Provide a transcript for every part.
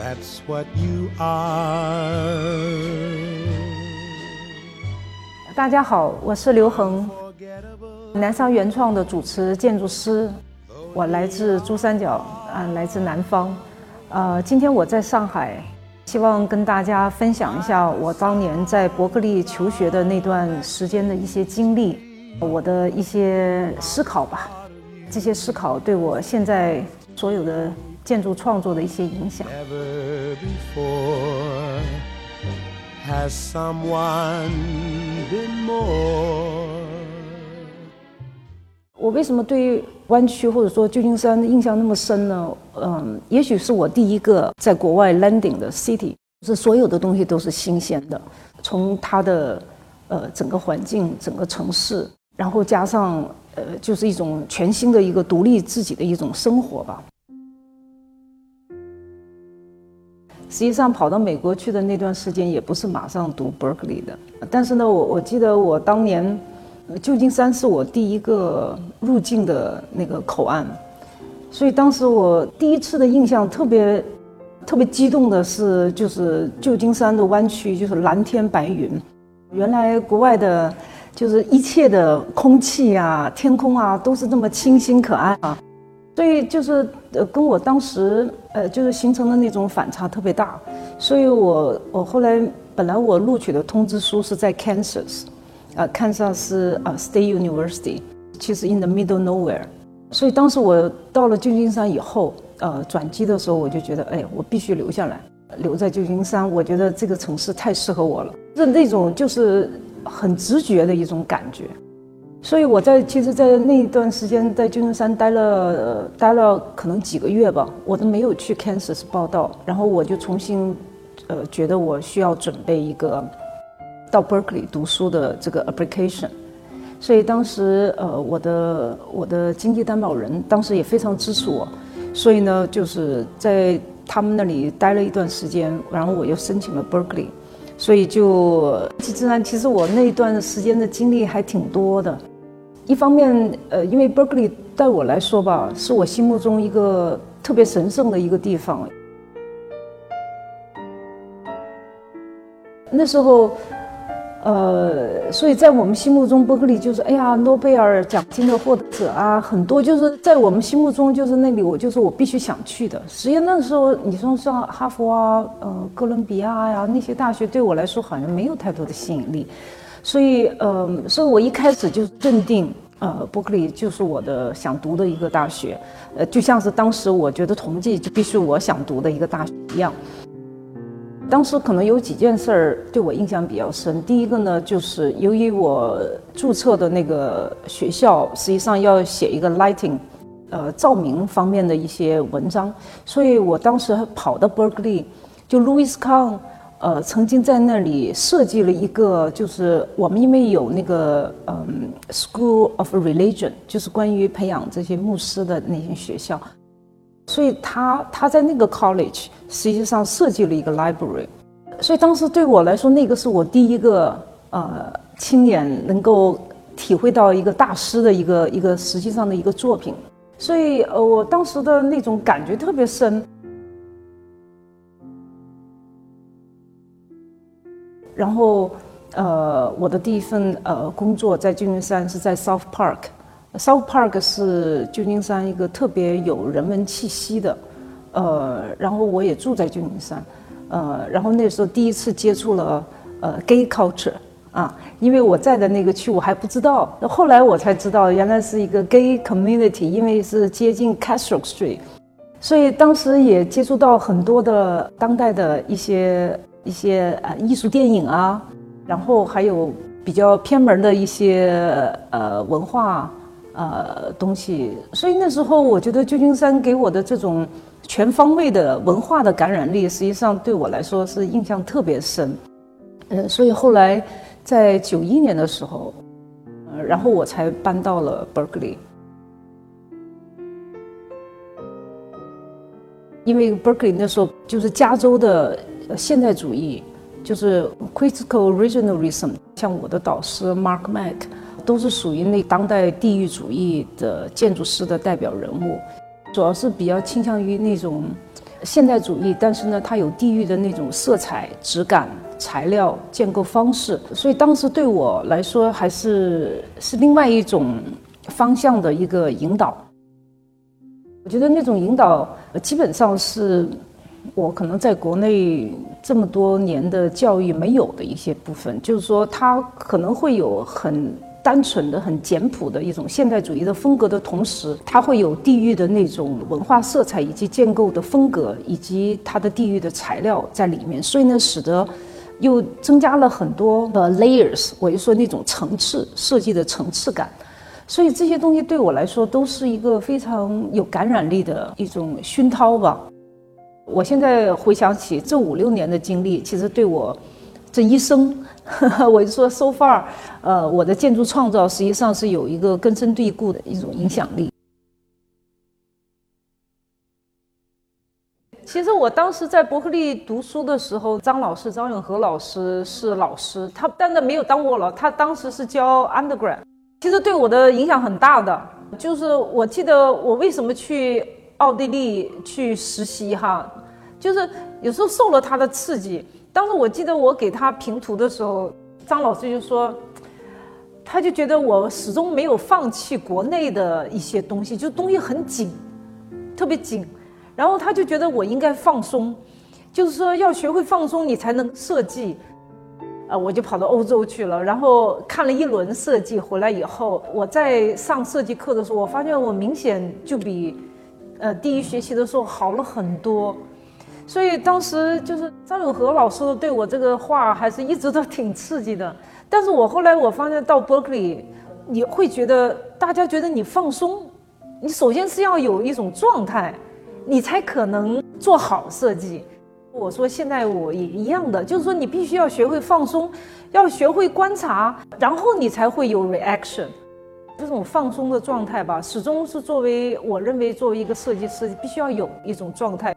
That's what you are. 大家好，我是刘恒，南沙原创的主持建筑师，我来自珠三角来自南方。今天我在上海，希望跟大家分享一下我当年在伯克利求学的那段时间的一些经历，我的一些思考吧。这些思考对我现在所有的建筑创作的一些影响。 Has someone been more? 我为什么对湾区或者说旧金山的印象那么深呢？也许是我第一个在国外 landing 的 city， 是所有的东西都是新鲜的，从它的整个环境、整个城市，然后加上就是一种全新的一个独立自己的一种生活吧。实际上跑到美国去的那段时间也不是马上读 Berkeley 的，但是呢，我记得我当年旧金山是我第一个入境的那个口岸，所以当时我第一次的印象特别激动的是，就是旧金山的湾区就是蓝天白云，原来国外的就是一切的空气啊、天空啊都是这么清新可爱啊。所以就是跟我当时就是形成的那种反差特别大，所以我后来本来我录取的通知书是在 Kansas， 堪萨斯State University， 其实 in the middle nowhere， 所以当时我到了旧金山以后，转机的时候我就觉得，我必须留下来，留在旧金山，我觉得这个城市太适合我了，是那种就是很直觉的一种感觉。所以我其实在那段时间在旧金山待了可能几个月吧，我都没有去 Kansas 报道，然后我就重新觉得我需要准备一个到 Berkeley 读书的这个 application， 所以当时我的经济担保人当时也非常支持我，所以呢就是在他们那里待了一段时间，然后我又申请了 Berkeley， 所以其实我那段时间的经历还挺多的。一方面，因为 Berkeley 对我来说吧，是我心目中一个特别神圣的一个地方。那时候，所以在我们心目中，伯克利就是诺贝尔奖金的获得者啊，很多就是在我们心目中就是那里，我必须想去的。实际上那时候，你说像哈佛啊、哥伦比亚呀那些大学，对我来说好像没有太多的吸引力。所以我一开始就认定，伯克利就是我的想读的一个大学，就像是当时我觉得统计就必须我想读的一个大学一样。当时可能有几件事儿对我印象比较深。第一个呢，就是由于我注册的那个学校实际上要写一个 lighting， 照明方面的一些文章，所以我当时跑到 Berkeley， 就 Louis Kahn。曾经在那里设计了一个，就是我们因为有那个School of Religion， 就是关于培养这些牧师的那些学校，所以他在那个 college 实际上设计了一个 library， 所以当时对我来说，那个是我第一个亲眼能够体会到一个大师的一个实际上的一个作品，所以我当时的那种感觉特别深。然后，我的第一份工作在旧金山是在 South Park。South Park 是旧金山一个特别有人文气息的，然后我也住在旧金山，然后那时候第一次接触了gay culture 啊，因为我在的那个区我还不知道，后来我才知道原来是一个 gay community， 因为是接近 Castro Street， 所以当时也接触到很多的当代的一些艺术电影啊，然后还有比较偏门的一些文化东西，所以那时候我觉得旧金山给我的这种全方位的文化的感染力，实际上对我来说是印象特别深。所以后来在91年的时候，然后我才搬到了 Berkeley。因为 Berkeley 那时候就是加州的现代主义，就是 Critical Regionalism， 像我的导师 Mark Mack 都是属于那当代地域主义的建筑师的代表人物，主要是比较倾向于那种现代主义，但是呢，它有地域的那种色彩、质感、材料、建构方式，所以当时对我来说还是另外一种方向的一个引导。我觉得那种引导基本上是我可能在国内这么多年的教育没有的一些部分，就是说它可能会有很单纯的、很简朴的一种现代主义的风格的同时，它会有地域的那种文化色彩以及建构的风格，以及它的地域的材料在里面，所以呢，使得又增加了很多layers， 我就说那种层次设计的层次感。所以这些东西对我来说都是一个非常有感染力的一种熏陶吧。我现在回想起这5、6年的经历，其实对我这一生，我就说 so far， 我的建筑创造实际上是有一个根深蒂固的一种影响力。其实我当时在伯克利读书的时候，张永和老师是老师，他但是没有当过了，他当时是教 undergrad， 其实对我的影响很大的。就是我记得我为什么去奥地利去实习哈，就是有时候受了他的刺激。当时我记得我给他评图的时候，张老师就说，他就觉得我始终没有放弃国内的一些东西，就东西很紧，特别紧。然后他就觉得我应该放松，就是说要学会放松，你才能设计。我就跑到欧洲去了，然后看了一轮设计，回来以后，我在上设计课的时候，我发现我明显就比第一学期的时候好了很多。所以当时就是张永和老师对我这个话还是一直都挺刺激的。但是我后来我发现到 Berkeley， 你会觉得大家觉得你放松，你首先是要有一种状态，你才可能做好设计。我说现在我也一样的，就是说你必须要学会放松，要学会观察，然后你才会有 reaction。这种放松的状态吧，始终是我认为作为一个设计师必须要有一种状态。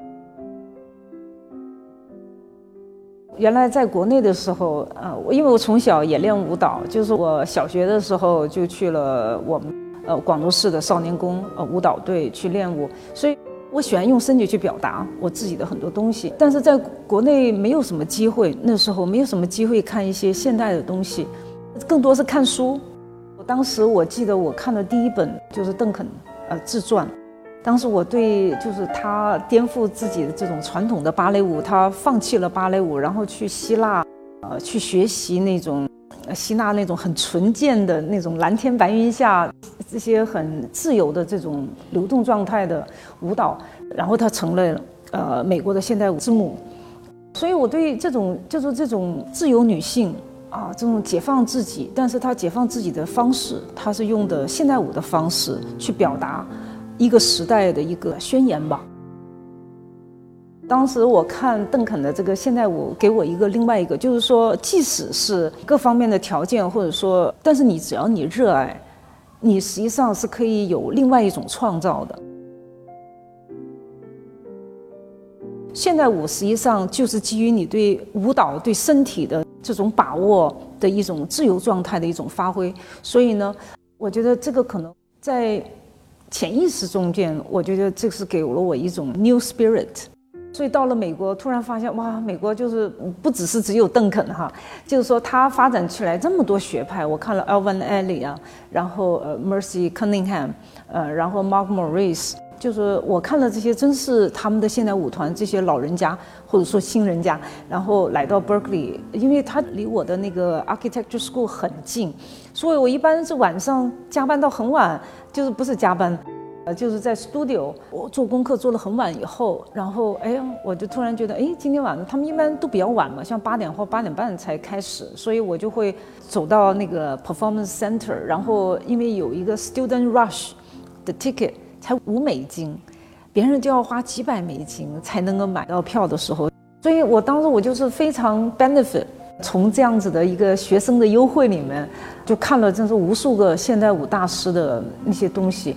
原来在国内的时候，因为我从小也练舞蹈，就是我小学的时候就去了我们广州市的少年宫舞蹈队去练舞，所以我喜欢用身体去表达我自己的很多东西。但是在国内没有什么机会，那时候没有什么机会看一些现代的东西，更多是看书。当时我记得我看的第一本就是邓肯自传。当时我对就是他颠覆自己的这种传统的芭蕾舞，他放弃了芭蕾舞，然后去希腊，去学习那种希腊那种很纯健的那种蓝天白云下这些很自由的这种流动状态的舞蹈，然后他成了美国的现代舞之母。所以我对这种就是这种自由女性这种解放自己，但是她解放自己的方式，她是用的现代舞的方式去表达一个时代的一个宣言吧。当时我看邓肯的这个现代舞，给我另外一个，就是说，即使是各方面的条件，或者说，但是只要你热爱，你实际上是可以有另外一种创造的。现代舞实际上就是基于你对舞蹈、对身体的这种把握的一种自由状态的一种发挥，所以呢，我觉得这个可能在潜意识中间，我觉得这是给了我一种 new spirit。所以到了美国，突然发现哇，美国就是不只有邓肯哈，就是说它发展起来这么多学派。我看了 Alvin Ailey 然后Mercy Cunningham，然后 Mark Morris， 就是我看了这些，真是他们的现代舞团这些老人家或者说新人家，然后来到 Berkeley， 因为他离我的那个 Architecture School 很近，所以我一般是晚上加班到很晚，就是不是加班。就是在 studio， 我做功课做了很晚以后，然后我就突然觉得，今天晚上他们一般都比较晚嘛，像8点或8点半才开始，所以我就会走到那个 performance center， 然后因为有一个 student rush 的 ticket 才$5，别人就要花几百美金才能够买到票的时候，所以我当时我就是非常 benefit， 从这样子的一个学生的优惠里面，就看了真是无数个现代舞大师的那些东西。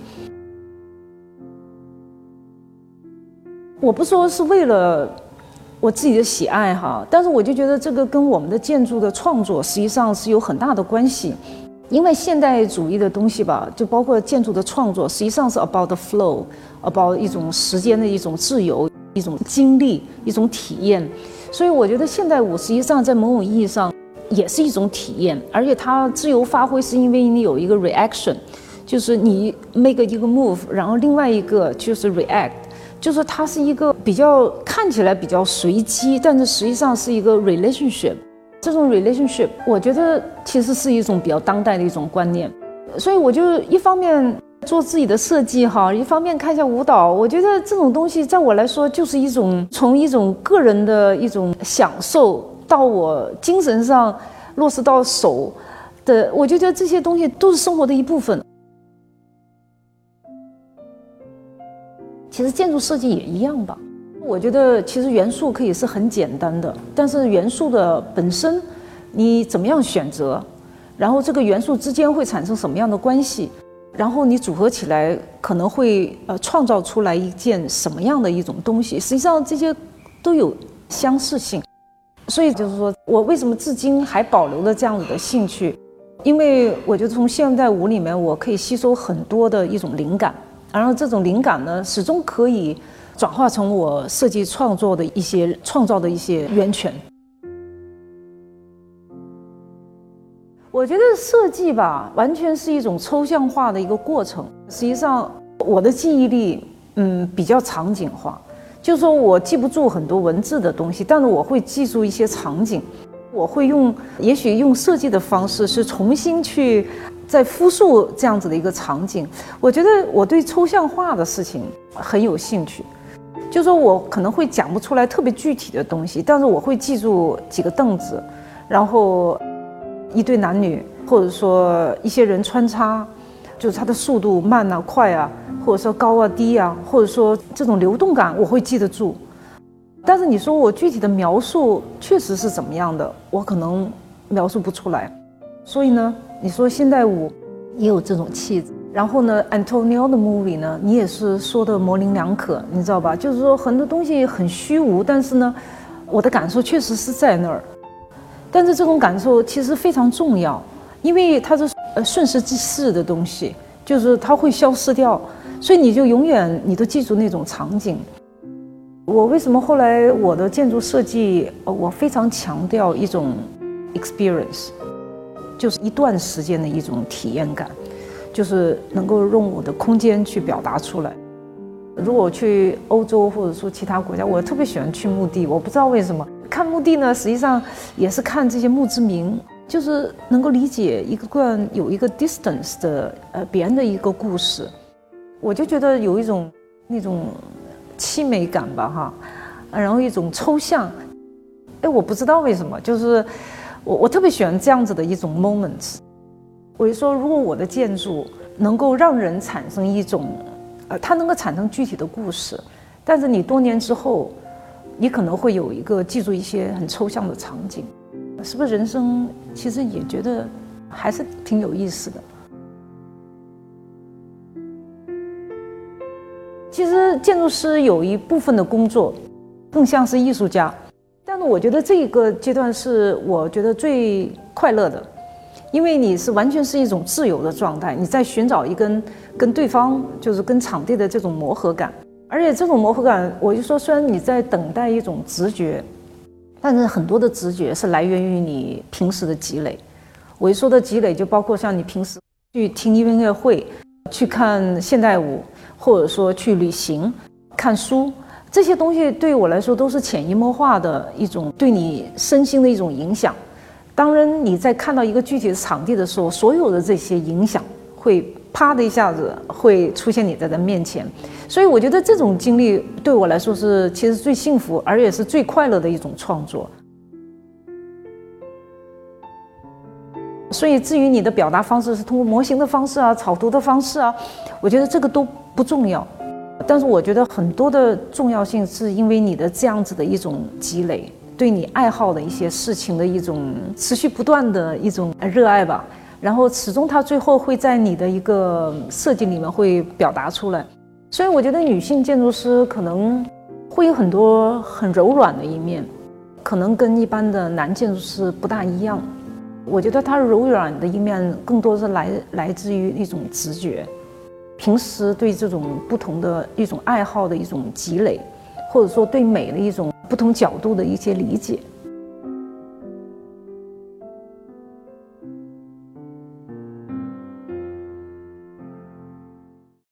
我不说是为了我自己的喜爱哈，但是我就觉得这个跟我们的建筑的创作实际上是有很大的关系。因为现代主义的东西吧，就包括建筑的创作，实际上是 about the flow， about 一种时间的一种自由， 一种经历，一种体验。所以我觉得现代舞实际上在某种意义上也是一种体验，而且它自由发挥是因为你有一个 reaction， 就是你 make 一个 move， 然后另外一个就是 react， 就是它是一个比较看起来比较随机，但是实际上是一个 relationship。这种 relationship 我觉得其实是一种比较当代的一种观念，所以我就一方面做自己的设计哈，一方面看一下舞蹈，我觉得这种东西在我来说就是一种从一种个人的一种享受到我精神上落实到手的，我就觉得这些东西都是生活的一部分。其实建筑设计也一样吧，我觉得其实元素可以是很简单的，但是元素的本身你怎么样选择，然后这个元素之间会产生什么样的关系，然后你组合起来可能会创造出来一件什么样的一种东西，实际上这些都有相似性。所以就是说我为什么至今还保留了这样子的兴趣，因为我觉得从现代舞里面我可以吸收很多的一种灵感，然后这种灵感呢始终可以转化成我设计创造的一些源泉。我觉得设计吧，完全是一种抽象化的一个过程。实际上，我的记忆力，比较场景化，就是说我记不住很多文字的东西，但是我会记住一些场景。我会也许用设计的方式是重新去再复述这样子的一个场景。我觉得我对抽象化的事情很有兴趣。就是说我可能会讲不出来特别具体的东西，但是我会记住几个凳子，然后一对男女，或者说一些人穿插，就是它的速度慢啊快啊，或者说高啊低啊，或者说这种流动感我会记得住。但是你说我具体的描述确实是怎么样的，我可能描述不出来。所以呢，你说现代舞也有这种气质。然后呢 Antonio 的 movie 呢，你也是说的模棱两可，你知道吧？就是说很多东西很虚无，但是呢，我的感受确实是在那儿。但是这种感受其实非常重要，因为它是瞬时即逝的东西，就是它会消失掉，所以你就永远你都记住那种场景。我为什么后来我的建筑设计，我非常强调一种 experience， 就是一段时间的一种体验感。就是能够用我的空间去表达出来。如果我去欧洲或者说其他国家，我特别喜欢去墓地，我不知道为什么。看墓地呢，实际上也是看这些墓志铭，就是能够理解一个有一个 distance 的别人的一个故事，我就觉得有一种那种凄美感吧哈，然后一种抽象。我不知道为什么，就是我特别喜欢这样子的一种 moments。我就说，如果我的建筑能够让人产生一种，它能够产生具体的故事，但是你多年之后，你可能会有一个记住一些很抽象的场景，是不是人生其实也觉得还是挺有意思的？其实建筑师有一部分的工作更像是艺术家，但是我觉得这个阶段是我觉得最快乐的。因为你是完全是一种自由的状态，你在寻找一根跟对方就是跟场地的这种磨合感，而且这种磨合感，我就说虽然你在等待一种直觉，但是很多的直觉是来源于你平时的积累。我一说的积累就包括像你平时去听音乐会，去看现代舞，或者说去旅行看书，这些东西对我来说都是潜移默化的一种对你身心的一种影响。当然你在看到一个具体的场地的时候，所有的这些影响会啪的一下子会出现你在他面前，所以我觉得这种经历对我来说是其实最幸福而且是最快乐的一种创作。所以至于你的表达方式是通过模型的方式啊，草图的方式啊，我觉得这个都不重要，但是我觉得很多的重要性是因为你的这样子的一种积累，对你爱好的一些事情的一种持续不断的一种热爱吧，然后始终它最后会在你的一个设计里面会表达出来。所以我觉得女性建筑师可能会有很多很柔软的一面，可能跟一般的男建筑师不大一样。我觉得他柔软的一面更多是来自于一种直觉，平时对这种不同的一种爱好的一种积累， 或者说对美的一种不同角度的一些理解。